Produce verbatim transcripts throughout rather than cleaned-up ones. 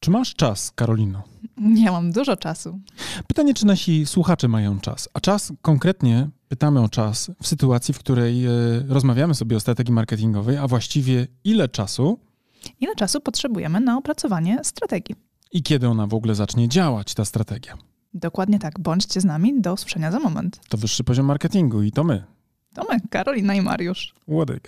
Czy masz czas, Karolino? Ja mam dużo czasu. Pytanie, czy nasi słuchacze mają czas? A czas konkretnie pytamy o czas w sytuacji, w której e, rozmawiamy sobie o strategii marketingowej, a właściwie ile czasu? Ile czasu potrzebujemy na opracowanie strategii? I kiedy ona w ogóle zacznie działać, ta strategia? Dokładnie tak. Bądźcie z nami. Do usłyszenia za moment. To wyższy poziom marketingu i to my. To my, Karolina i Mariusz. Łodyga.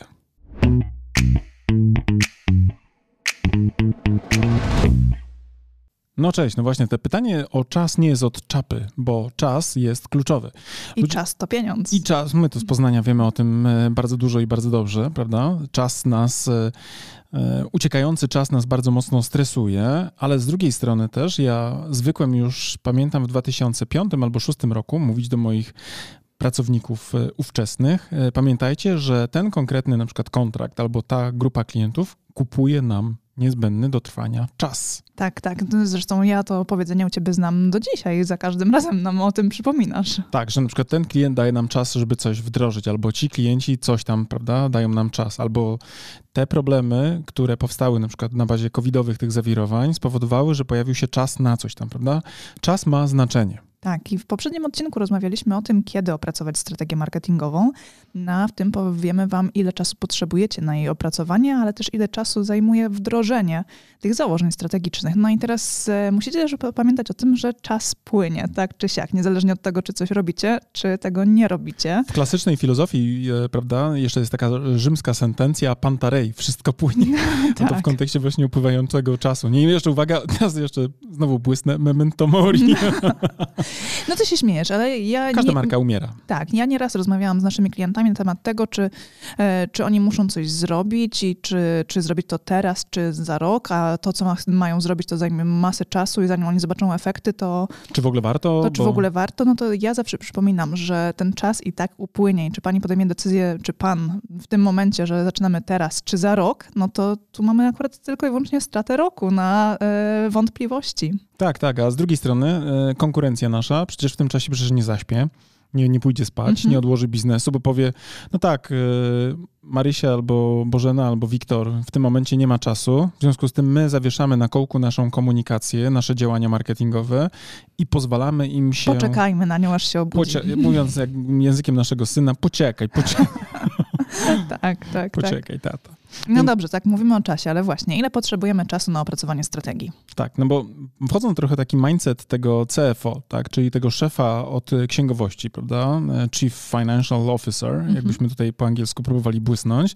No cześć, no właśnie, to pytanie o czas nie jest od czapy, bo czas jest kluczowy. I Ludzie... czas to pieniądz. I czas, my tu z Poznania wiemy o tym bardzo dużo i bardzo dobrze, prawda? Czas nas, uciekający czas nas bardzo mocno stresuje, ale z drugiej strony też ja zwykłem już, pamiętam w dwa tysiące piątym albo dwa tysiące szóstym roku mówić do moich pracowników ówczesnych, pamiętajcie, że ten konkretny na przykład kontrakt albo ta grupa klientów kupuje nam niezbędny do trwania czas. Tak, tak. Zresztą ja to powiedzenie u ciebie znam do dzisiaj. Za każdym razem nam o tym przypominasz. Tak, że na przykład ten klient daje nam czas, żeby coś wdrożyć, albo ci klienci coś tam, prawda, dają nam czas, albo te problemy, które powstały na przykład na bazie covidowych tych zawirowań, spowodowały, że pojawił się czas na coś tam, prawda? Czas ma znaczenie. Tak, i w poprzednim odcinku rozmawialiśmy o tym, kiedy opracować strategię marketingową. No, w tym powiemy wam, ile czasu potrzebujecie na jej opracowanie, ale też ile czasu zajmuje wdrożenie tych założeń strategicznych. No i teraz e, musicie też pamiętać o tym, że czas płynie, tak czy siak, niezależnie od tego, czy coś robicie, czy tego nie robicie. W klasycznej filozofii, e, prawda, jeszcze jest taka rzymska sentencja pantarei, wszystko płynie. Tak. No to w kontekście właśnie upływającego czasu. Nie, jeszcze uwaga, teraz jeszcze znowu błysnę, memento mori. No ty się śmiejesz, ale ja... Każda nie, marka umiera. Tak, ja nieraz rozmawiałam z naszymi klientami na temat tego, czy, e, czy oni muszą coś zrobić i czy, czy zrobić to teraz, czy za rok, a to, co ma, mają zrobić, to zajmie masę czasu i zanim oni zobaczą efekty, to... Czy w ogóle warto? To czy bo... w ogóle warto? No to ja zawsze przypominam, że ten czas i tak upłynie i czy pani podejmie decyzję, czy pan w tym momencie, że zaczynamy teraz, czy za rok, no to tu mamy akurat tylko i wyłącznie stratę roku na e, wątpliwości. Tak, tak, a z drugiej strony e, konkurencja nasza przecież w tym czasie przecież nie zaśpie, nie, nie pójdzie spać, mm-hmm. nie odłoży biznesu, bo powie, no tak, e, Marysia albo Bożena albo Wiktor w tym momencie nie ma czasu, w związku z tym my zawieszamy na kołku naszą komunikację, nasze działania marketingowe i pozwalamy im się... Poczekajmy na nią, aż się obudzi. Pocie- mówiąc jak językiem naszego syna, poczekaj, poczekaj. tak, tak, Poczekaj, tak. tata. No dobrze, tak mówimy o czasie, ale właśnie, ile potrzebujemy czasu na opracowanie strategii? Tak, no bo wchodząc trochę taki mindset tego C F O, tak, czyli tego szefa od księgowości, prawda, Chief Financial Officer, mm-hmm. jakbyśmy tutaj po angielsku próbowali błysnąć,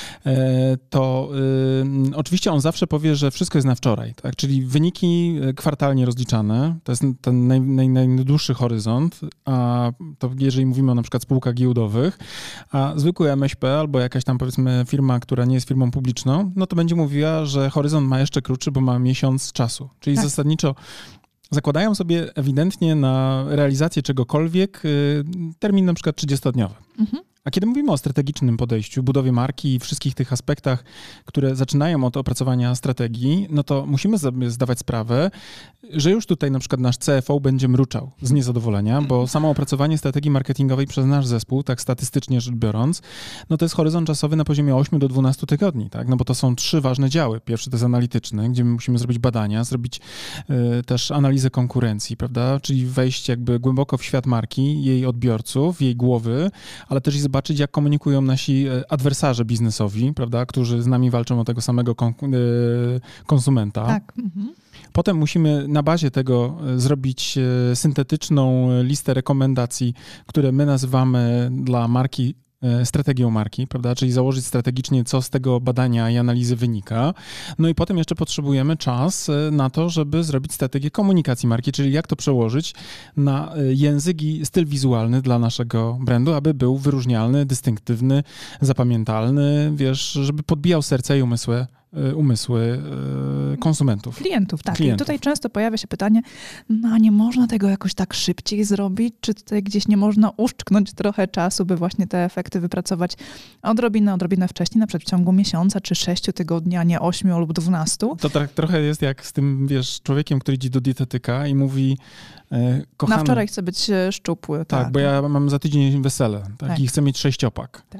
to y, oczywiście on zawsze powie, że wszystko jest na wczoraj, tak, czyli wyniki kwartalnie rozliczane, to jest ten naj, naj, najdłuższy horyzont, a to jeżeli mówimy o na przykład spółkach giełdowych, a zwykły M S P albo jakaś tam powiedzmy firma, która nie jest firmą publiczną, no to będzie mówiła, że horyzont ma jeszcze krótszy, bo ma miesiąc czasu. Czyli tak. zasadniczo zakładają sobie ewidentnie na realizację czegokolwiek y, termin na przykład trzydziestodniowy. Mhm. A kiedy mówimy o strategicznym podejściu, budowie marki i wszystkich tych aspektach, które zaczynają od opracowania strategii, no to musimy sobie zdawać sprawę, że już tutaj na przykład nasz C F O będzie mruczał z niezadowolenia, bo samo opracowanie strategii marketingowej przez nasz zespół, tak statystycznie rzecz biorąc, no to jest horyzont czasowy na poziomie ośmiu do dwunastu tygodni, tak? No bo to są trzy ważne działy. Pierwszy to jest analityczny, gdzie my musimy zrobić badania, zrobić y, też analizę konkurencji, prawda? Czyli wejść jakby głęboko w świat marki, jej odbiorców, jej głowy, ale też i zobaczyć, zobaczyć, jak komunikują nasi adwersarze biznesowi, prawda, którzy z nami walczą o tego samego kon- konsumenta. Tak. Mhm. Potem musimy na bazie tego zrobić syntetyczną listę rekomendacji, które my nazywamy dla marki strategią marki, prawda, czyli założyć strategicznie, co z tego badania i analizy wynika. No i potem jeszcze potrzebujemy czas na to, żeby zrobić strategię komunikacji marki, czyli jak to przełożyć na język i styl wizualny dla naszego brandu, aby był wyróżnialny, dystynktywny, zapamiętalny, wiesz, żeby podbijał serce i umysły umysły konsumentów. Klientów, tak. Klientów. I tutaj często pojawia się pytanie, no a nie można tego jakoś tak szybciej zrobić? Czy tutaj gdzieś nie można uszczknąć trochę czasu, by właśnie te efekty wypracować odrobinę, odrobinę wcześniej, na przykład w ciągu miesiąca, czy sześciu tygodni, a nie ośmiu lub dwunastu? To tak trochę jest jak z tym, wiesz, człowiekiem, który idzie do dietetyka i mówi, e, kochany... Na wczoraj chcę być szczupły. Tak, tak, bo ja mam za tydzień wesele, tak, tak. I chcę mieć sześciopak. Tak.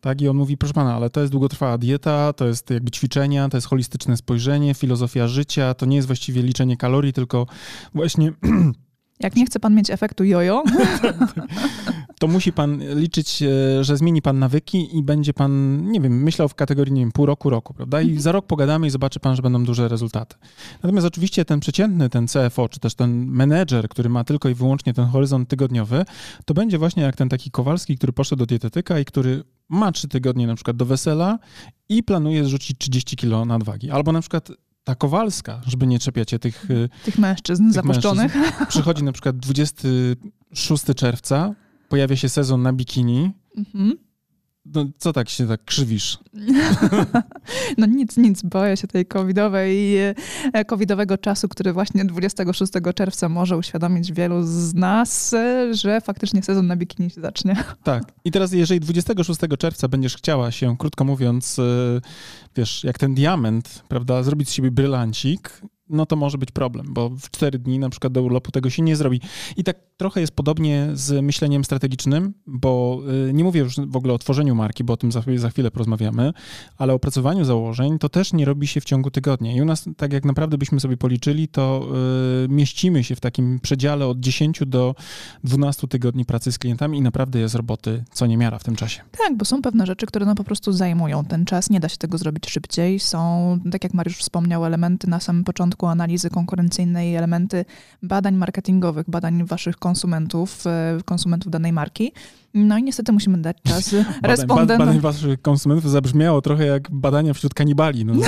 Tak, i on mówi, proszę pana, ale to jest długotrwała dieta, to jest jakby ćwiczenia, to jest holistyczne spojrzenie, filozofia życia, to nie jest właściwie liczenie kalorii, tylko właśnie... Jak nie chce pan mieć efektu jojo, to musi pan liczyć, że zmieni pan nawyki i będzie pan, nie wiem, myślał w kategorii, nie wiem, pół roku, roku, prawda? I mhm. za rok pogadamy i zobaczy pan, że będą duże rezultaty. Natomiast oczywiście ten przeciętny, ten C F O, czy też ten menedżer, który ma tylko i wyłącznie ten horyzont tygodniowy, to będzie właśnie jak ten taki Kowalski, który poszedł do dietetyka i który ma trzy tygodnie na przykład do wesela i planuje zrzucić trzydzieści kilo nadwagi. Albo na przykład ta Kowalska, żeby nie czepiacie tych... Tych mężczyzn tych zapuszczonych. Mężczyzn. Przychodzi na przykład dwudziestego szóstego czerwca, pojawia się sezon na bikini. Mhm. No, co tak się tak krzywisz? No nic, nic. Boję się tej covidowej, covidowego czasu, który właśnie dwudziestego szóstego czerwca może uświadomić wielu z nas, że faktycznie sezon na bikini się zacznie. Tak. I teraz jeżeli dwudziestego szóstego czerwca będziesz chciała się, krótko mówiąc, wiesz, jak ten diament, prawda, zrobić z siebie brylancik, no to może być problem, bo w cztery dni na przykład do urlopu tego się nie zrobi. I tak trochę jest podobnie z myśleniem strategicznym, bo y, nie mówię już w ogóle o tworzeniu marki, bo o tym za, za chwilę porozmawiamy, ale o opracowaniu założeń to też nie robi się w ciągu tygodnia. I u nas, tak jak naprawdę byśmy sobie policzyli, to y, mieścimy się w takim przedziale od dziesięciu do dwunastu tygodni pracy z klientami i naprawdę jest roboty co niemiara w tym czasie. Tak, bo są pewne rzeczy, które no po prostu zajmują ten czas, nie da się tego zrobić szybciej. Są, tak jak Mariusz wspomniał, elementy na samym początku analizy konkurencyjnej, elementy badań marketingowych, badań waszych konsumentów, konsumentów danej marki. No i niestety musimy dać czas respondentom. Badań waszych konsumentów zabrzmiało trochę jak badania wśród kanibali. No.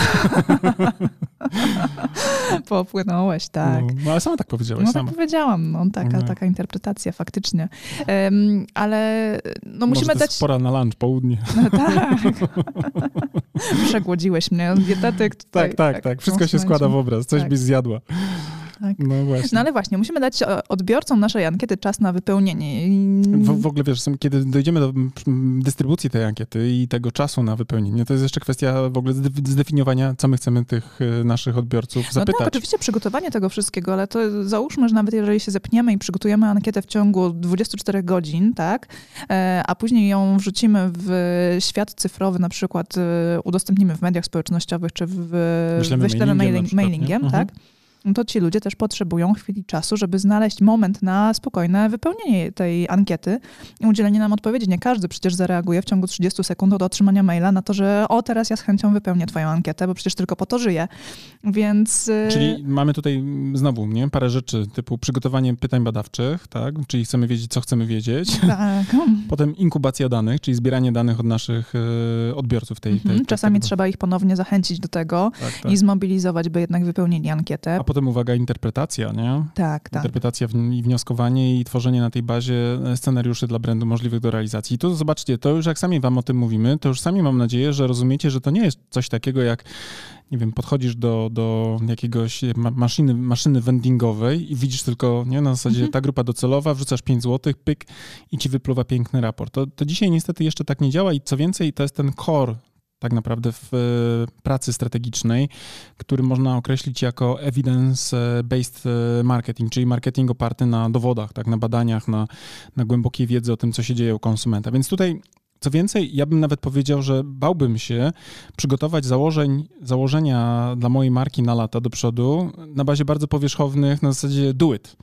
Popłynąłeś, tak. No, no ale sama tak powiedziałaś. No sama. tak powiedziałam, no, taka, no. taka interpretacja faktycznie. Um, ale no, musimy Może to dać... jest pora na lunch, południe. No, tak. Przegłodziłeś mnie. Dietetyk tutaj, tak, tak, tak, tak. Wszystko się składa w obraz. Coś tak. byś zjadła. Tak. No właśnie. No ale właśnie, musimy dać odbiorcom naszej ankiety czas na wypełnienie. W, w ogóle wiesz, kiedy dojdziemy do dystrybucji tej ankiety i tego czasu na wypełnienie, to jest jeszcze kwestia w ogóle zdefiniowania, co my chcemy tych naszych odbiorców zapytać. No tak, oczywiście przygotowanie tego wszystkiego, ale to załóżmy, że nawet jeżeli się zepniemy i przygotujemy ankietę w ciągu dwudziestu czterech godzin, tak, a później ją wrzucimy w świat cyfrowy, na przykład udostępnimy w mediach społecznościowych, czy w, wyślemy mailingiem, mailingiem tak, mhm. to ci ludzie też potrzebują chwili czasu, żeby znaleźć moment na spokojne wypełnienie tej ankiety i udzielenie nam odpowiedzi. Nie każdy przecież zareaguje w ciągu trzydziestu sekund od otrzymania maila na to, że o, teraz ja z chęcią wypełnię twoją ankietę, bo przecież tylko po to żyję. Więc... Czyli mamy tutaj znowu, nie? Parę rzeczy, typu przygotowanie pytań badawczych, tak? Czyli chcemy wiedzieć, co chcemy wiedzieć. Tak. Potem inkubacja danych, czyli zbieranie danych od naszych y, odbiorców tej, tej, tej Czasami tego. trzeba ich ponownie zachęcić do tego tak, tak. i zmobilizować, by jednak wypełnili ankietę. A potem uwaga, interpretacja, nie? Tak, tak. Interpretacja i wnioskowanie i tworzenie na tej bazie scenariuszy dla brandu możliwych do realizacji. I tu zobaczcie, to już jak sami wam o tym mówimy, to już sami mam nadzieję, że rozumiecie, że to nie jest coś takiego jak, nie wiem, podchodzisz do, do jakiegoś maszyny, maszyny vendingowej i widzisz tylko, nie, na zasadzie mhm. ta grupa docelowa, wrzucasz pięć złotych, pyk i ci wypluwa piękny raport. To, to dzisiaj niestety jeszcze tak nie działa i co więcej, to jest ten core tak naprawdę w pracy strategicznej, który można określić jako evidence-based marketing, czyli marketing oparty na dowodach, tak, na badaniach, na, na głębokiej wiedzy o tym, co się dzieje u konsumenta. Więc tutaj, co więcej, ja bym nawet powiedział, że bałbym się przygotować założeń, założenia dla mojej marki na lata do przodu na bazie bardzo powierzchownych, na zasadzie do it.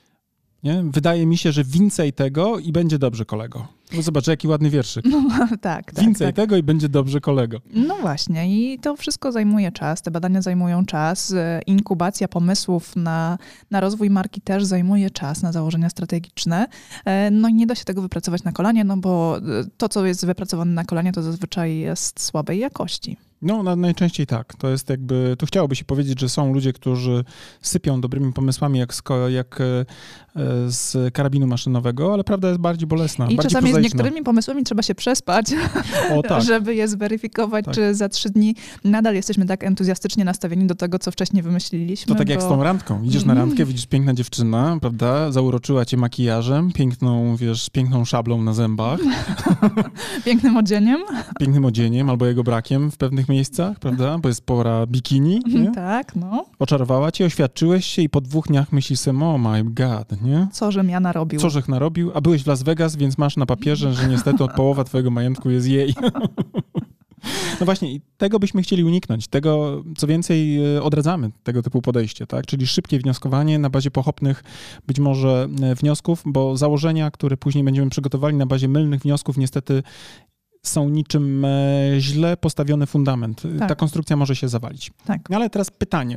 Nie? Wydaje mi się, że więcej tego i będzie dobrze, kolego. No zobacz, jaki ładny wierszyk. No, tak, tak. Więcej tak. tego i będzie dobrze, kolego. No właśnie i to wszystko zajmuje czas, te badania zajmują czas, inkubacja pomysłów na, na rozwój marki też zajmuje czas, na założenia strategiczne. No i nie da się tego wypracować na kolanie, no bo to, co jest wypracowane na kolanie, to zazwyczaj jest słabej jakości. No, no najczęściej tak. To jest jakby, tu chciałoby się powiedzieć, że są ludzie, którzy sypią dobrymi pomysłami jak z, jak z karabinu maszynowego, ale prawda jest bardziej bolesna, I bardziej czasami prozaiczna. z niektórymi pomysłami trzeba się przespać, o, tak. żeby je zweryfikować, tak. czy za trzy dni nadal jesteśmy tak entuzjastycznie nastawieni do tego, co wcześniej wymyśliliśmy. To tak bo... jak z tą randką. Idziesz na randkę, widzisz piękna dziewczyna, prawda, zauroczyła cię makijażem, piękną, wiesz, piękną szablą na zębach. Pięknym odzieniem. Pięknym odzieniem albo jego brakiem w pewnych miejscach, prawda? Bo jest pora bikini, nie? Tak, no. Oczarowała cię, oświadczyłeś się i po dwóch dniach myślisz sobie, oh my god, nie? Co, żem ja narobił. Co, żech narobił? A byłeś w Las Vegas, więc masz na papierze, że niestety połowa twojego majątku jest jej. No właśnie, i tego byśmy chcieli uniknąć. Tego, co więcej, odradzamy tego typu podejście, tak? Czyli szybkie wnioskowanie na bazie pochopnych być może wniosków, bo założenia, które później będziemy przygotowali na bazie mylnych wniosków, niestety są niczym źle postawiony fundament. Tak. Ta konstrukcja może się zawalić. Tak. Ale teraz pytanie.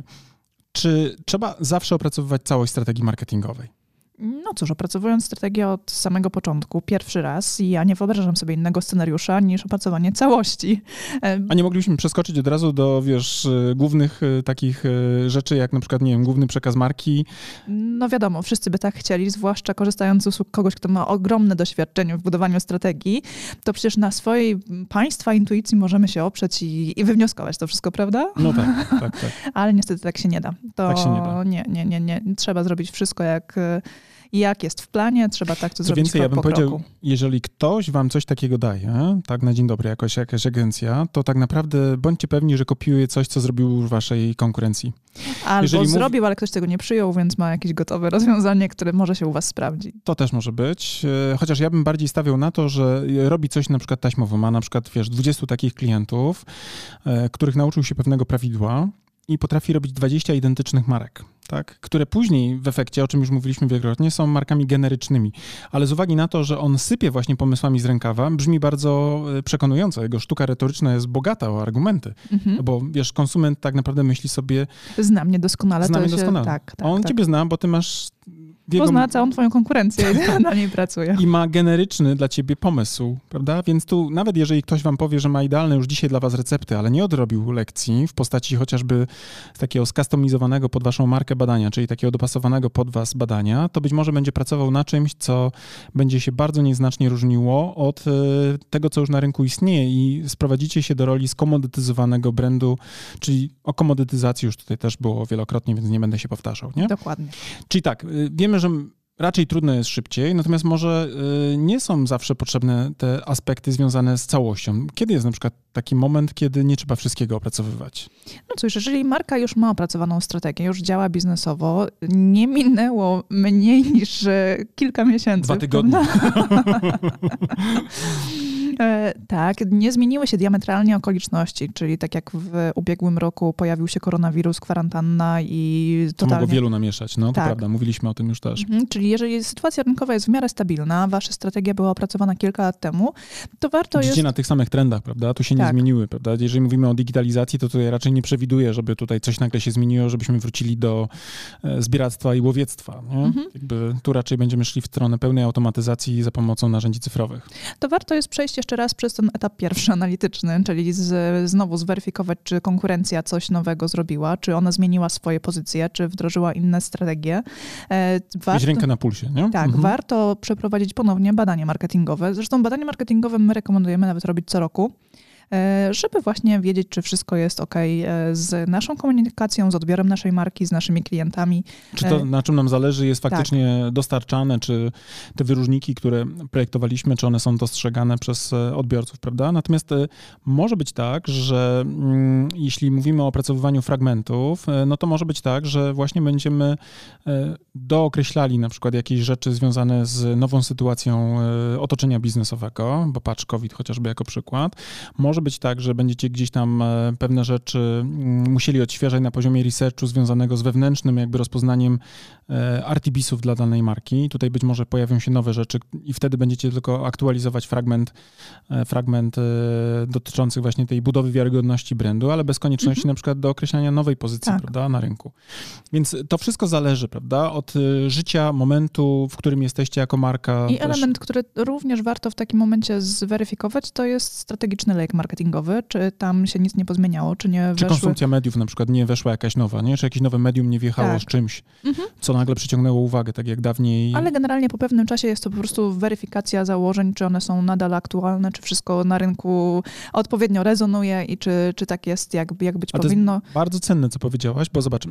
Czy trzeba zawsze opracowywać całość strategii marketingowej? No cóż, opracowując strategię od samego początku, pierwszy raz, ja nie wyobrażam sobie innego scenariusza niż opracowanie całości. A nie moglibyśmy przeskoczyć od razu do, wiesz, głównych takich rzeczy, jak na przykład, nie wiem, główny przekaz marki? No wiadomo, wszyscy by tak chcieli, zwłaszcza korzystając z usług kogoś, kto ma ogromne doświadczenie w budowaniu strategii, to przecież na swojej państwa intuicji możemy się oprzeć i, i wywnioskować to wszystko, prawda? No tak, tak, tak. Ale niestety tak się nie da. To tak się nie da. Nie, nie, nie, nie. Trzeba zrobić wszystko jak... jak jest w planie, trzeba tak to Co zrobić więcej, krok ja bym po powiedział, kroku. jeżeli ktoś wam coś takiego daje, tak na dzień dobry, jakoś jakaś agencja, to tak naprawdę bądźcie pewni, że kopiuje coś, co zrobił w waszej konkurencji. Albo jeżeli zrobił, mów... ale ktoś tego nie przyjął, więc ma jakieś gotowe rozwiązanie, które może się u was sprawdzi. To też może być, chociaż ja bym bardziej stawiał na to, że robi coś na przykład taśmowo, ma na przykład, wiesz, dwudziestu takich klientów, których nauczył się pewnego prawidła i potrafi robić dwadzieścia identycznych marek, tak? Które później w efekcie, o czym już mówiliśmy wielokrotnie, są markami generycznymi. Ale z uwagi na to, że on sypie właśnie pomysłami z rękawa, brzmi bardzo przekonująco. Jego sztuka retoryczna jest bogata o argumenty. Mhm. Bo wiesz, konsument tak naprawdę myśli sobie... Zna mnie doskonale. Zna mnie się... doskonale. Tak, tak, on tak. ciebie zna, bo ty masz... Jego... Pozna całą twoją konkurencję i na niej pracuje. I ma generyczny dla ciebie pomysł, prawda? Więc tu nawet jeżeli ktoś wam powie, że ma idealne już dzisiaj dla was recepty, ale nie odrobił lekcji w postaci chociażby takiego skustomizowanego pod waszą markę badania, czyli takiego dopasowanego pod was badania, to być może będzie pracował na czymś, co będzie się bardzo nieznacznie różniło od tego, co już na rynku istnieje i sprowadzicie się do roli skomodytyzowanego brandu, czyli o komodytyzacji już tutaj też było wielokrotnie, więc nie będę się powtarzał, nie? Dokładnie. Czyli tak, wiemy, że raczej trudno jest szybciej, natomiast może y, nie są zawsze potrzebne te aspekty związane z całością. Kiedy jest na przykład taki moment, kiedy nie trzeba wszystkiego opracowywać? No cóż, jeżeli marka już ma opracowaną strategię, już działa biznesowo, nie minęło mniej niż kilka miesięcy. Dwa tygodnie. E, tak, nie zmieniły się diametralnie okoliczności, czyli tak jak w ubiegłym roku pojawił się koronawirus, kwarantanna i totalnie... To mogło wielu namieszać, no to tak. prawda, mówiliśmy o tym już też. Mhm, czyli jeżeli sytuacja rynkowa jest w miarę stabilna, wasza strategia była opracowana kilka lat temu, to warto Idziecie jest... na tych samych trendach, prawda? Tu się nie tak. zmieniły, prawda? Jeżeli mówimy o digitalizacji, to tutaj raczej nie przewiduję, żeby tutaj coś nagle się zmieniło, żebyśmy wrócili do e, zbieractwa i łowiectwa. Nie? Mhm. Jakby tu raczej będziemy szli w stronę pełnej automatyzacji za pomocą narzędzi cyfrowych. To warto jest przejść jeszcze raz przez ten etap pierwszy analityczny, czyli z, znowu zweryfikować, czy konkurencja coś nowego zrobiła, czy ona zmieniła swoje pozycje, czy wdrożyła inne strategie. E, warto, Mieć rękę na pulsie, nie? Tak, mhm. warto przeprowadzić ponownie badanie marketingowe. Zresztą badanie marketingowe my rekomendujemy nawet robić co roku, żeby właśnie wiedzieć, czy wszystko jest ok z naszą komunikacją, z odbiorem naszej marki, z naszymi klientami. Czy to, na czym nam zależy, jest faktycznie tak. dostarczane, czy te wyróżniki, które projektowaliśmy, czy one są dostrzegane przez odbiorców, prawda? Natomiast może być tak, że mm, jeśli mówimy o opracowywaniu fragmentów, no to może być tak, że właśnie będziemy dookreślali na przykład jakieś rzeczy związane z nową sytuacją otoczenia biznesowego, bo patrz, COVID chociażby jako przykład. Może być tak, że będziecie gdzieś tam pewne rzeczy musieli odświeżać na poziomie researchu związanego z wewnętrznym jakby rozpoznaniem R T B sów dla danej marki. Tutaj być może pojawią się nowe rzeczy i wtedy będziecie tylko aktualizować fragment, fragment dotyczący właśnie tej budowy wiarygodności brandu, ale bez konieczności mhm. na przykład do określania nowej pozycji, tak. prawda, na rynku. Więc to wszystko zależy, prawda, od życia, momentu, w którym jesteście jako marka. I też. Element, który również warto w takim momencie zweryfikować, to jest strategiczny lejek marketingowy, czy tam się nic nie pozmieniało, czy nie Czy weszły... konsumpcja mediów na przykład nie weszła jakaś nowa, nie? Czy jakieś nowe medium nie wjechało tak. z czymś, mhm. co nagle przyciągnęło uwagę, tak jak dawniej. Ale generalnie po pewnym czasie jest to po prostu weryfikacja założeń, czy one są nadal aktualne, czy wszystko na rynku odpowiednio rezonuje i czy, czy tak jest, jak, jak być A powinno. To jest bardzo cenne, co powiedziałaś, bo zobacz,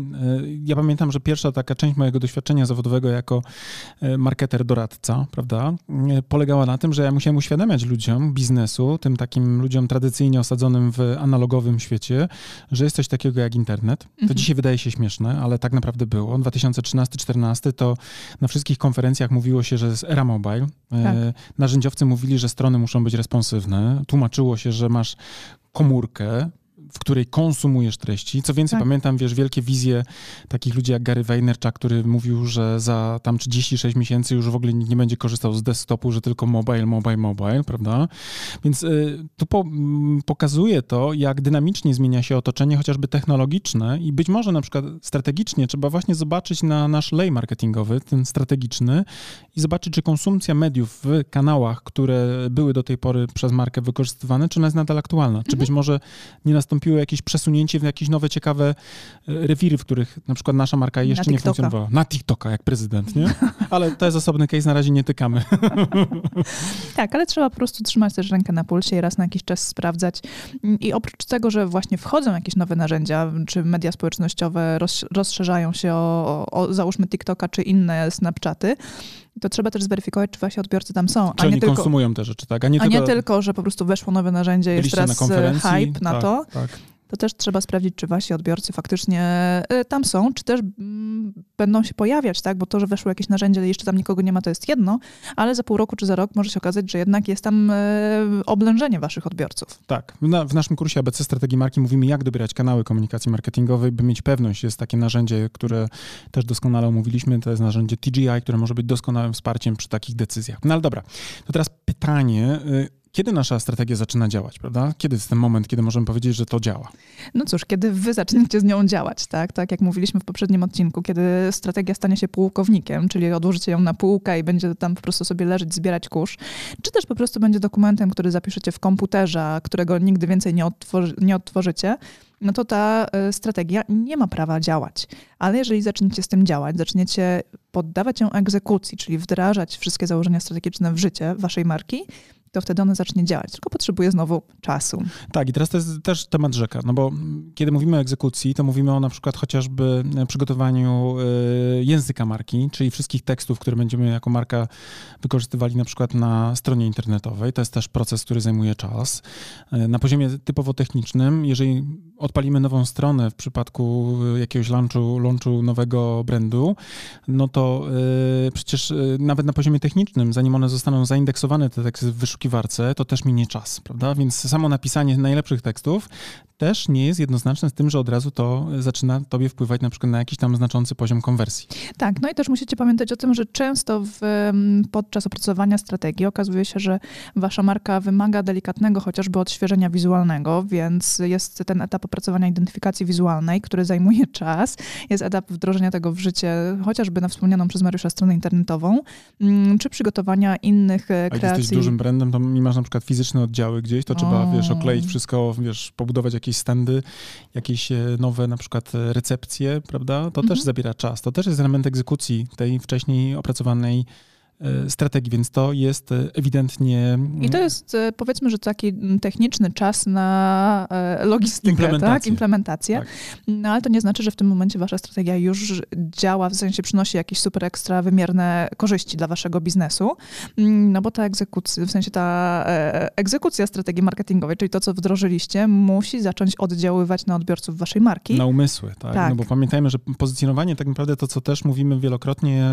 ja pamiętam, że pierwsza taka część mojego doświadczenia zawodowego jako marketer, doradca, prawda, polegała na tym, że ja musiałem uświadamiać ludziom biznesu, tym takim powiedziałem ludziom tradycyjnie osadzonym w analogowym świecie, że jest coś takiego jak internet. To mhm. dzisiaj wydaje się śmieszne, ale tak naprawdę było. dwa tysiące trzynasty dwa tysiące czternasty to na wszystkich konferencjach mówiło się, że jest era mobile. Tak. Narzędziowcy mówili, że strony muszą być responsywne. Tłumaczyło się, że masz komórkę, w której konsumujesz treści. Co więcej, tak. pamiętam, wiesz, wielkie wizje takich ludzi jak Gary Vaynerchuk, który mówił, że za tam trzydzieści sześć miesięcy już w ogóle nikt nie będzie korzystał z desktopu, że tylko mobile, mobile, mobile, prawda? Więc y, tu po, m, pokazuje to, jak dynamicznie zmienia się otoczenie, chociażby technologiczne i być może na przykład strategicznie trzeba właśnie zobaczyć na nasz lej marketingowy, ten strategiczny i zobaczyć, czy konsumpcja mediów w kanałach, które były do tej pory przez markę wykorzystywane, czy ona jest nadal aktualna. Mhm. Czy być może nie nastąpiło jakieś przesunięcie w jakieś nowe, ciekawe rewiry, w których na przykład nasza marka jeszcze nie funkcjonowała. Na TikToka, jak prezydent, nie? Ale to jest osobny case, na razie nie tykamy. Tak, ale trzeba po prostu trzymać też rękę na pulsie i raz na jakiś czas sprawdzać. I oprócz tego, że właśnie wchodzą jakieś nowe narzędzia, czy media społecznościowe roz, rozszerzają się o, o, załóżmy TikToka, czy inne Snapchaty, to trzeba też zweryfikować, czy wasi odbiorcy tam są. Czy a nie oni tylko, konsumują te rzeczy, tak? A nie, a tylko, nie tylko, że po prostu weszło nowe narzędzie, jest teraz na hype na tak, to. Tak. To też trzeba sprawdzić, czy wasi odbiorcy faktycznie tam są, czy też mm, będą się pojawiać, tak? Bo to, że weszło jakieś narzędzie, ale jeszcze tam nikogo nie ma, to jest jedno, ale za pół roku czy za rok może się okazać, że jednak jest tam e, oblężenie waszych odbiorców. Tak. Na, w naszym kursie A B C Strategii Marki mówimy, jak dobierać kanały komunikacji marketingowej, by mieć pewność. Jest takie narzędzie, które też doskonale omówiliśmy, to jest narzędzie T G I, które może być doskonałym wsparciem przy takich decyzjach. No ale dobra, to teraz pytanie... Kiedy nasza strategia zaczyna działać, prawda? Kiedy jest ten moment, kiedy możemy powiedzieć, że to działa? No cóż, kiedy wy zaczniecie z nią działać, tak? Tak jak mówiliśmy w poprzednim odcinku, kiedy strategia stanie się pułkownikiem, czyli odłożycie ją na półkę i będzie tam po prostu sobie leżeć, zbierać kurz, czy też po prostu będzie dokumentem, który zapiszecie w komputerze, a którego nigdy więcej nie, odtworzy, nie odtworzycie, no to ta y, strategia nie ma prawa działać. Ale jeżeli zaczniecie z tym działać, zaczniecie poddawać ją egzekucji, czyli wdrażać wszystkie założenia strategiczne w życie waszej marki, to wtedy ona zacznie działać, tylko potrzebuje znowu czasu. Tak, i teraz to jest też temat rzeka, no bo kiedy mówimy o egzekucji, to mówimy o na przykład chociażby przygotowaniu języka marki, czyli wszystkich tekstów, które będziemy jako marka wykorzystywali na przykład na stronie internetowej. To jest też proces, który zajmuje czas. Na poziomie typowo technicznym, jeżeli odpalimy nową stronę w przypadku jakiegoś launchu, launchu nowego brandu, no to yy, przecież yy, nawet na poziomie technicznym, zanim one zostaną zaindeksowane, te teksty w wyszukiwarce, to też minie czas, prawda? Więc samo napisanie najlepszych tekstów też nie jest jednoznaczne z tym, że od razu to zaczyna tobie wpływać na przykład na jakiś tam znaczący poziom konwersji. Tak, no i też musicie pamiętać o tym, że często w, podczas opracowania strategii okazuje się, że wasza marka wymaga delikatnego chociażby odświeżenia wizualnego, więc jest ten etap opracowania identyfikacji wizualnej, który zajmuje czas. Jest etap wdrożenia tego w życie, chociażby na wspomnianą przez Mariusza stronę internetową, czy przygotowania innych kreacji. A jak jesteś dużym brandem, to masz na przykład fizyczne oddziały gdzieś, to o. trzeba, wiesz, okleić wszystko, wiesz, pobudować jakieś standy, jakieś nowe na przykład recepcje, prawda? To mhm. też zabiera czas. To też jest element egzekucji tej wcześniej opracowanej strategii, więc to jest ewidentnie... I to jest, powiedzmy, że taki techniczny czas na logistykę, implementację. Tak? Implementację. Tak. No ale to nie znaczy, że w tym momencie wasza strategia już działa, w sensie przynosi jakieś super ekstra wymierne korzyści dla waszego biznesu, no bo ta egzekucja, w sensie ta egzekucja strategii marketingowej, czyli to, co wdrożyliście, musi zacząć oddziaływać na odbiorców waszej marki. Na umysły, tak? tak. No bo pamiętajmy, że pozycjonowanie tak naprawdę to, co też mówimy wielokrotnie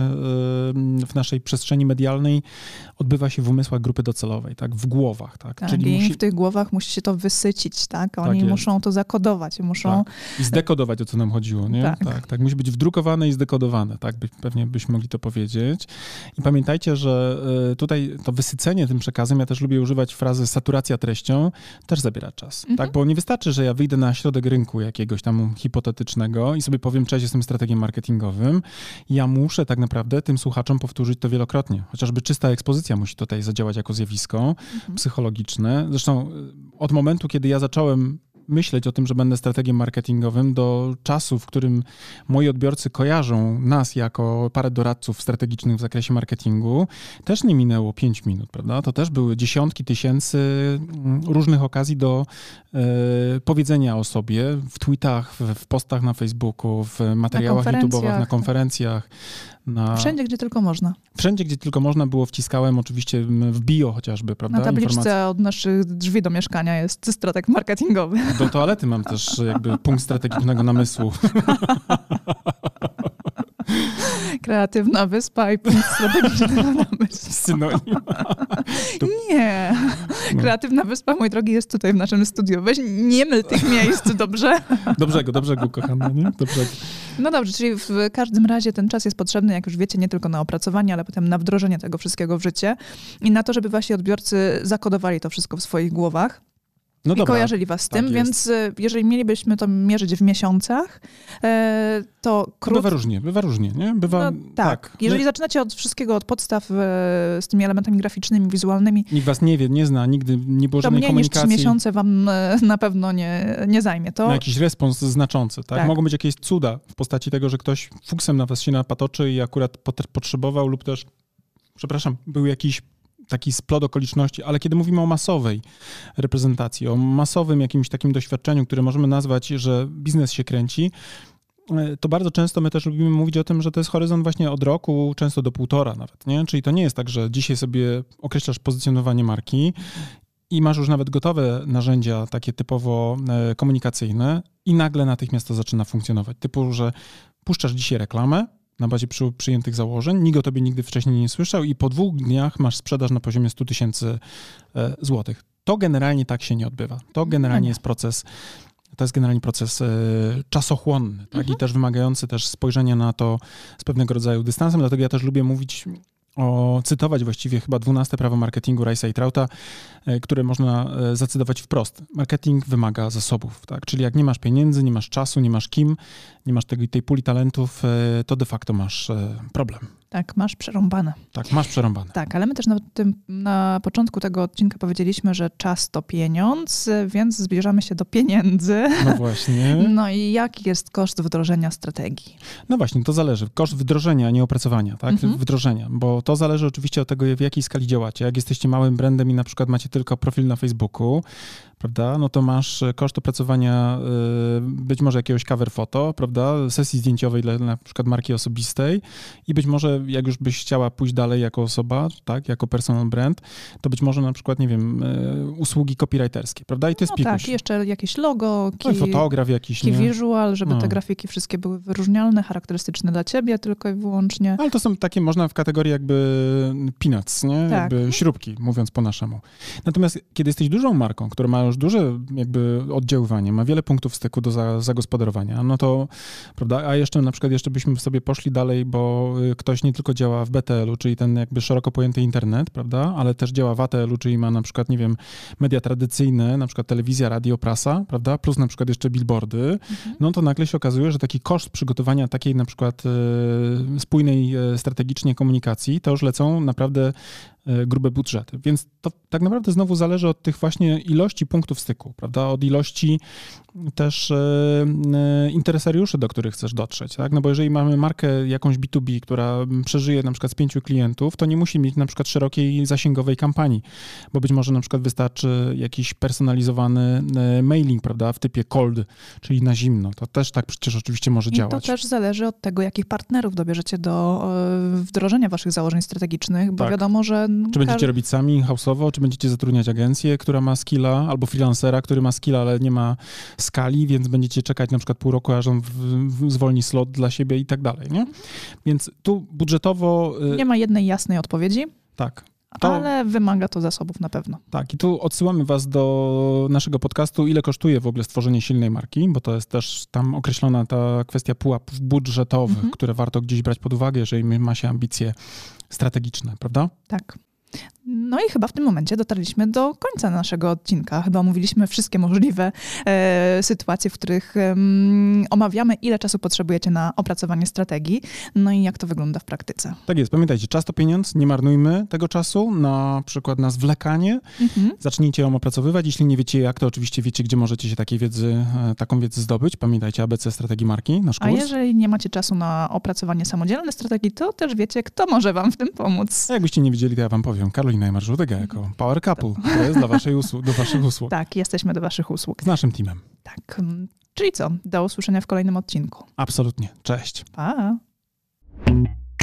w naszej przestrzeni medialnej odbywa się w umysłach grupy docelowej, tak, w głowach, tak. tak Czyli i musi... w tych głowach musi się to wysycić, tak, oni tak muszą to zakodować, muszą... Tak. I zdekodować, o co nam chodziło, nie? Tak. tak, tak, musi być wdrukowane i zdekodowane, tak, by, pewnie byśmy mogli to powiedzieć. I pamiętajcie, że tutaj to wysycenie tym przekazem, ja też lubię używać frazy saturacja treścią, też zabiera czas, mhm. tak, bo nie wystarczy, że ja wyjdę na środek rynku jakiegoś tam hipotetycznego i sobie powiem, cześć, jestem strategiem marketingowym, ja muszę tak naprawdę tym słuchaczom powtórzyć to wielokrotnie. Chociażby czysta ekspozycja musi tutaj zadziałać jako zjawisko mhm. psychologiczne. Zresztą od momentu, kiedy ja zacząłem myśleć o tym, że będę strategiem marketingowym, do czasu, w którym moi odbiorcy kojarzą nas jako parę doradców strategicznych w zakresie marketingu, też nie minęło pięć minut, prawda? To też były dziesiątki tysięcy różnych okazji do e, powiedzenia o sobie w tweetach, w, w postach na Facebooku, w materiałach YouTube'owych, na konferencjach. Na... Wszędzie, gdzie tylko można. Wszędzie, gdzie tylko można było, wciskałem oczywiście w bio chociażby, prawda? Na tabliczce Informacje. od naszych drzwi do mieszkania jest strateg marketingowy. Do toalety mam też jakby punkt strategicznego namysłu. Kreatywna wyspa i punkt strategicznego namysłu. Synonim. To... Nie. Kreatywna wyspa, mój drogi, jest tutaj w naszym studiu. Weź nie myl tych miejsc, dobrze? Do brzegu, do brzegu, kochana, nie? Do brzegu. No dobrze, czyli w każdym razie ten czas jest potrzebny, jak już wiecie, nie tylko na opracowanie, ale potem na wdrożenie tego wszystkiego w życie i na to, żeby wasi odbiorcy zakodowali to wszystko w swoich głowach. No I dobra, kojarzyli was z tak tym, jest. więc jeżeli mielibyśmy to mierzyć w miesiącach, to krótko... Bywa różnie, bywa różnie, nie? Bywa, no, tak. tak. Jeżeli My... zaczynacie od wszystkiego, od podstaw z tymi elementami graficznymi, wizualnymi... Nikt was nie wie, nie zna, nigdy nie było żadnej komunikacji. To mniej niż trzy miesiące wam na pewno nie, nie zajmie. To... Na jakiś respons znaczący, tak? tak? Mogą być jakieś cuda w postaci tego, że ktoś fuksem na was się napatoczy i akurat potrzebował lub też, przepraszam, był jakiś taki splot okoliczności, ale kiedy mówimy o masowej reprezentacji, o masowym jakimś takim doświadczeniu, które możemy nazwać, że biznes się kręci, to bardzo często my też lubimy mówić o tym, że to jest horyzont właśnie od roku, często do półtora nawet, nie? Czyli to nie jest tak, że dzisiaj sobie określasz pozycjonowanie marki i masz już nawet gotowe narzędzia takie typowo komunikacyjne i nagle natychmiast to zaczyna funkcjonować. Typu, że puszczasz dzisiaj reklamę na bazie przy, przyjętych założeń, nikt o tobie nigdy wcześniej nie słyszał i po dwóch dniach masz sprzedaż na poziomie sto tysięcy złotych. To generalnie tak się nie odbywa. To generalnie jest proces, to jest generalnie proces e, czasochłonny, tak? Mhm. I też wymagający też spojrzenia na to z pewnego rodzaju dystansem, dlatego ja też lubię mówić o, cytować właściwie chyba dwunaste prawo marketingu Rice'a i Trouta, e, które można e, zacytować wprost. Marketing wymaga zasobów, tak? Czyli jak nie masz pieniędzy, nie masz czasu, nie masz kim, nie masz tej, tej puli talentów, e, to de facto masz e, problem. Tak, masz przerąbane. Tak, masz przerąbane. Tak, ale my też na, tym, na początku tego odcinka powiedzieliśmy, że czas to pieniądz, więc zbliżamy się do pieniędzy. No właśnie. No i jaki jest koszt wdrożenia strategii? No właśnie, to zależy. Koszt wdrożenia, nie opracowania, tak? Mhm. Wdrożenia, bo to zależy oczywiście od tego, w jakiej skali działacie. Jak jesteście małym brandem i na przykład macie tylko profil na Facebooku, prawda, no to masz koszt opracowania y, być może jakiegoś cover foto, prawda, sesji zdjęciowej dla na przykład marki osobistej i być może jak już byś chciała pójść dalej jako osoba, tak, jako personal brand, to być może na przykład, nie wiem, y, usługi copywriterskie, prawda, i to jest no pikuś. Tak, i jeszcze jakieś logo, key, no, fotograf jakiś, key nie? visual, żeby no. te grafiki wszystkie były wyróżnialne, charakterystyczne dla ciebie tylko i wyłącznie. Ale to są takie, można w kategorii jakby peanuts, nie? Tak. Jakby śrubki, mówiąc po naszemu. Natomiast kiedy jesteś dużą marką, która ma już duże jakby oddziaływanie, ma wiele punktów styku do za, zagospodarowania, no to, prawda, a jeszcze na przykład jeszcze byśmy sobie poszli dalej, bo ktoś nie tylko działa w B T L-u, czyli ten jakby szeroko pojęty internet, prawda, ale też działa w A T L-u, czyli ma na przykład, nie wiem, media tradycyjne, na przykład telewizja, radio, prasa, prawda, plus na przykład jeszcze billboardy, mhm. no to nagle się okazuje, że taki koszt przygotowania takiej na przykład e, spójnej e, strategicznie komunikacji, to już lecą naprawdę grube budżety. Więc to tak naprawdę znowu zależy od tych właśnie ilości punktów styku, prawda? Od ilości też e, interesariuszy, do których chcesz dotrzeć, tak? No bo jeżeli mamy markę jakąś B dwa B, która przeżyje na przykład z pięciu klientów, to nie musi mieć na przykład szerokiej zasięgowej kampanii, bo być może na przykład wystarczy jakiś personalizowany mailing, prawda? W typie cold, czyli na zimno. To też tak przecież oczywiście może I działać. to też zależy od tego, jakich partnerów dobierzecie do wdrożenia waszych założeń strategicznych, bo tak. wiadomo, że Czy będziecie robić sami house'owo, czy będziecie zatrudniać agencję, która ma skilla, albo freelancera, który ma skilla, ale nie ma skali, więc będziecie czekać na przykład pół roku, aż on w, w, zwolni slot dla siebie i tak dalej, nie? Więc tu budżetowo... Nie ma jednej jasnej odpowiedzi. Tak. To, ale wymaga to zasobów na pewno. Tak, i tu odsyłamy was do naszego podcastu, ile kosztuje w ogóle stworzenie silnej marki, bo to jest też tam określona ta kwestia pułapów budżetowych, mhm. które warto gdzieś brać pod uwagę, jeżeli ma się ambicje strategiczne, prawda? Tak. No i chyba w tym momencie dotarliśmy do końca naszego odcinka. Chyba omówiliśmy wszystkie możliwe e, sytuacje, w których e, omawiamy, ile czasu potrzebujecie na opracowanie strategii, no i jak to wygląda w praktyce. Tak jest. Pamiętajcie, czas to pieniądz, nie marnujmy tego czasu na przykład na zwlekanie. Mhm. Zacznijcie ją opracowywać. Jeśli nie wiecie jak, to oczywiście wiecie, gdzie możecie się takiej wiedzy, taką wiedzę zdobyć. Pamiętajcie, A B C Strategii Marki, nasz kurs. A jeżeli nie macie czasu na opracowanie samodzielnej strategii, to też wiecie, kto może wam w tym pomóc. A jakbyście nie wiedzieli, to ja wam powiem. Karolina Marżutega jako Power Couple, to jest dla waszej usług, do waszych usług. Tak, jesteśmy do waszych usług. Z naszym teamem. Tak. Czyli co? Do usłyszenia w kolejnym odcinku. Absolutnie. Cześć. Pa.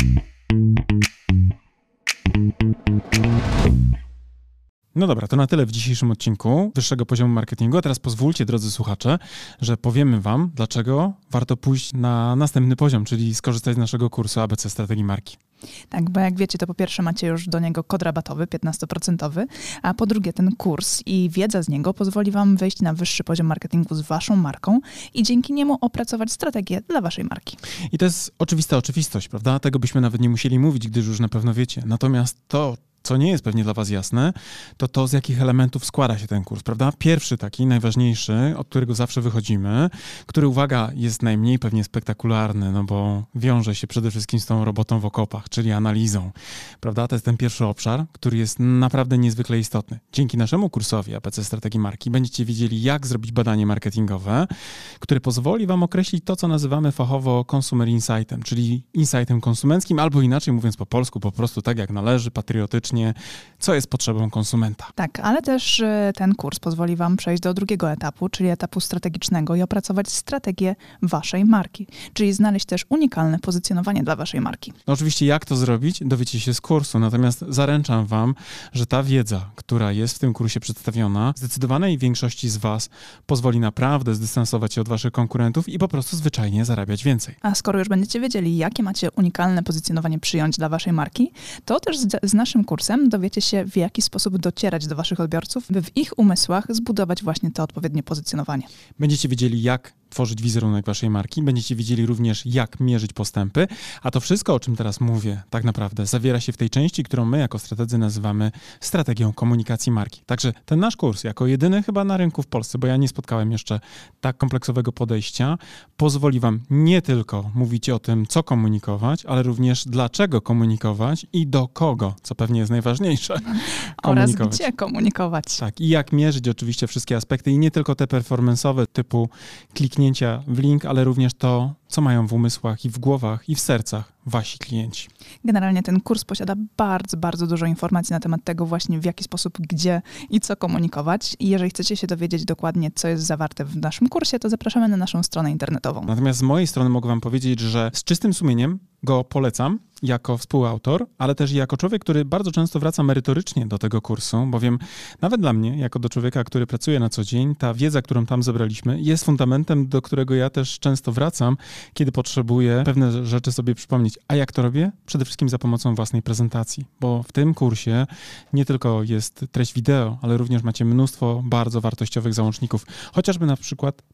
No dobra, to na tyle w dzisiejszym odcinku Wyższego Poziomu Marketingu. A teraz pozwólcie, drodzy słuchacze, że powiemy wam, dlaczego warto pójść na następny poziom, czyli skorzystać z naszego kursu A B C Strategii Marki. Tak, bo jak wiecie, to po pierwsze macie już do niego kod rabatowy, piętnaście procent, a po drugie ten kurs i wiedza z niego pozwoli wam wejść na wyższy poziom marketingu z waszą marką i dzięki niemu opracować strategię dla waszej marki. I to jest oczywista oczywistość, prawda? Tego byśmy nawet nie musieli mówić, gdyż już na pewno wiecie. Natomiast to, co nie jest pewnie dla was jasne, to to, z jakich elementów składa się ten kurs, prawda? Pierwszy taki, najważniejszy, od którego zawsze wychodzimy, który, uwaga, jest najmniej pewnie spektakularny, no bo wiąże się przede wszystkim z tą robotą w okopach, czyli analizą, prawda? To jest ten pierwszy obszar, który jest naprawdę niezwykle istotny. Dzięki naszemu kursowi A B C Strategii Marki będziecie wiedzieli, jak zrobić badanie marketingowe, które pozwoli wam określić to, co nazywamy fachowo consumer insightem, czyli insightem konsumenckim, albo inaczej mówiąc po polsku, po prostu tak jak należy, patriotycznie, co jest potrzebą konsumenta. Tak, ale też y, ten kurs pozwoli wam przejść do drugiego etapu, czyli etapu strategicznego i opracować strategię waszej marki, czyli znaleźć też unikalne pozycjonowanie dla waszej marki. No oczywiście jak to zrobić, dowiecie się z kursu, natomiast zaręczam wam, że ta wiedza, która jest w tym kursie przedstawiona, zdecydowanej większości z was pozwoli naprawdę zdystansować się od waszych konkurentów i po prostu zwyczajnie zarabiać więcej. A skoro już będziecie wiedzieli, jakie macie unikalne pozycjonowanie przyjąć dla waszej marki, to też z, z naszym kursem dowiecie się, w jaki sposób docierać do waszych odbiorców, by w ich umysłach zbudować właśnie to odpowiednie pozycjonowanie. Będziecie wiedzieli, jak tworzyć wizerunek waszej marki, będziecie wiedzieli również, jak mierzyć postępy, a to wszystko, o czym teraz mówię, tak naprawdę zawiera się w tej części, którą my jako strategzy nazywamy strategią komunikacji marki. Także ten nasz kurs, jako jedyny chyba na rynku w Polsce, bo ja nie spotkałem jeszcze tak kompleksowego podejścia, pozwoli wam nie tylko mówić o tym, co komunikować, ale również dlaczego komunikować i do kogo, co pewnie jest najważniejsze, oraz gdzie komunikować. Tak, i jak mierzyć oczywiście wszystkie aspekty i nie tylko te performance'owe typu kliknięcia w link, ale również to, co mają w umysłach i w głowach i w sercach wasi klienci. Generalnie ten kurs posiada bardzo, bardzo dużo informacji na temat tego właśnie, w jaki sposób, gdzie i co komunikować. I jeżeli chcecie się dowiedzieć dokładnie, co jest zawarte w naszym kursie, to zapraszamy na naszą stronę internetową. Natomiast z mojej strony mogę wam powiedzieć, że z czystym sumieniem go polecam jako współautor, ale też jako człowiek, który bardzo często wraca merytorycznie do tego kursu, bowiem nawet dla mnie, jako do człowieka, który pracuje na co dzień, ta wiedza, którą tam zebraliśmy, jest fundamentem, do którego ja też często wracam, kiedy potrzebuję pewne rzeczy sobie przypomnieć. A jak to robię? Przede wszystkim za pomocą własnej prezentacji, bo w tym kursie nie tylko jest treść wideo, ale również macie mnóstwo bardzo wartościowych załączników, chociażby na przykład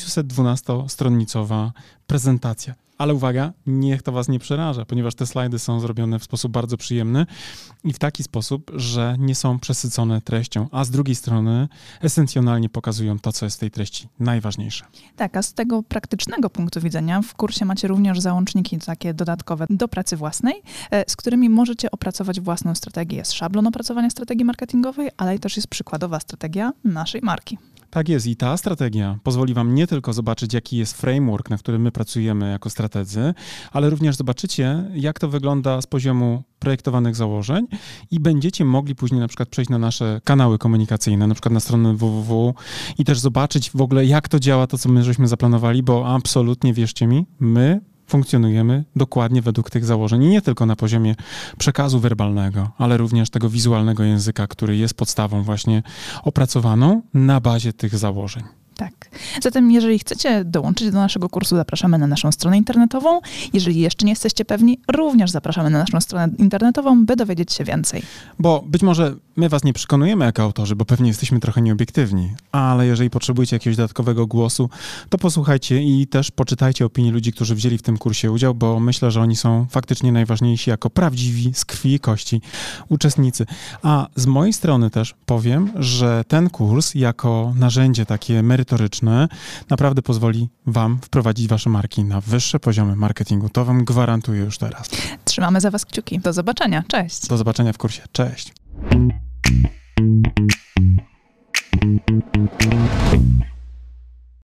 pięćsetdwunastostronicowa prezentacja. Ale uwaga, niech to was nie przeraża, ponieważ te slajdy są zrobione w sposób bardzo przyjemny i w taki sposób, że nie są przesycone treścią, a z drugiej strony esencjonalnie pokazują to, co jest w tej treści najważniejsze. Tak, a z tego praktycznego punktu widzenia w kursie macie również załączniki takie dodatkowe do pracy własnej, z którymi możecie opracować własną strategię. Jest szablon opracowania strategii marketingowej, ale też jest przykładowa strategia naszej marki. Tak jest i ta strategia pozwoli wam nie tylko zobaczyć, jaki jest framework, na którym my pracujemy jako strategzy, ale również zobaczycie, jak to wygląda z poziomu projektowanych założeń i będziecie mogli później na przykład przejść na nasze kanały komunikacyjne, na przykład na stronę www i też zobaczyć w ogóle, jak to działa, to co my żeśmy zaplanowali, bo absolutnie, wierzcie mi, my funkcjonujemy dokładnie według tych założeń i nie tylko na poziomie przekazu werbalnego, ale również tego wizualnego języka, który jest podstawą właśnie opracowaną na bazie tych założeń. Tak. Zatem jeżeli chcecie dołączyć do naszego kursu, zapraszamy na naszą stronę internetową. Jeżeli jeszcze nie jesteście pewni, również zapraszamy na naszą stronę internetową, by dowiedzieć się więcej. Bo być może my was nie przekonujemy jako autorzy, bo pewnie jesteśmy trochę nieobiektywni, ale jeżeli potrzebujecie jakiegoś dodatkowego głosu, to posłuchajcie i też poczytajcie opinie ludzi, którzy wzięli w tym kursie udział, bo myślę, że oni są faktycznie najważniejsi jako prawdziwi, z krwi i kości uczestnicy. A z mojej strony też powiem, że ten kurs jako narzędzie takie merytoryczne naprawdę pozwoli wam wprowadzić wasze marki na wyższe poziomy marketingu. To wam gwarantuję już teraz. Trzymamy za was kciuki. Do zobaczenia. Cześć. Do zobaczenia w kursie. Cześć.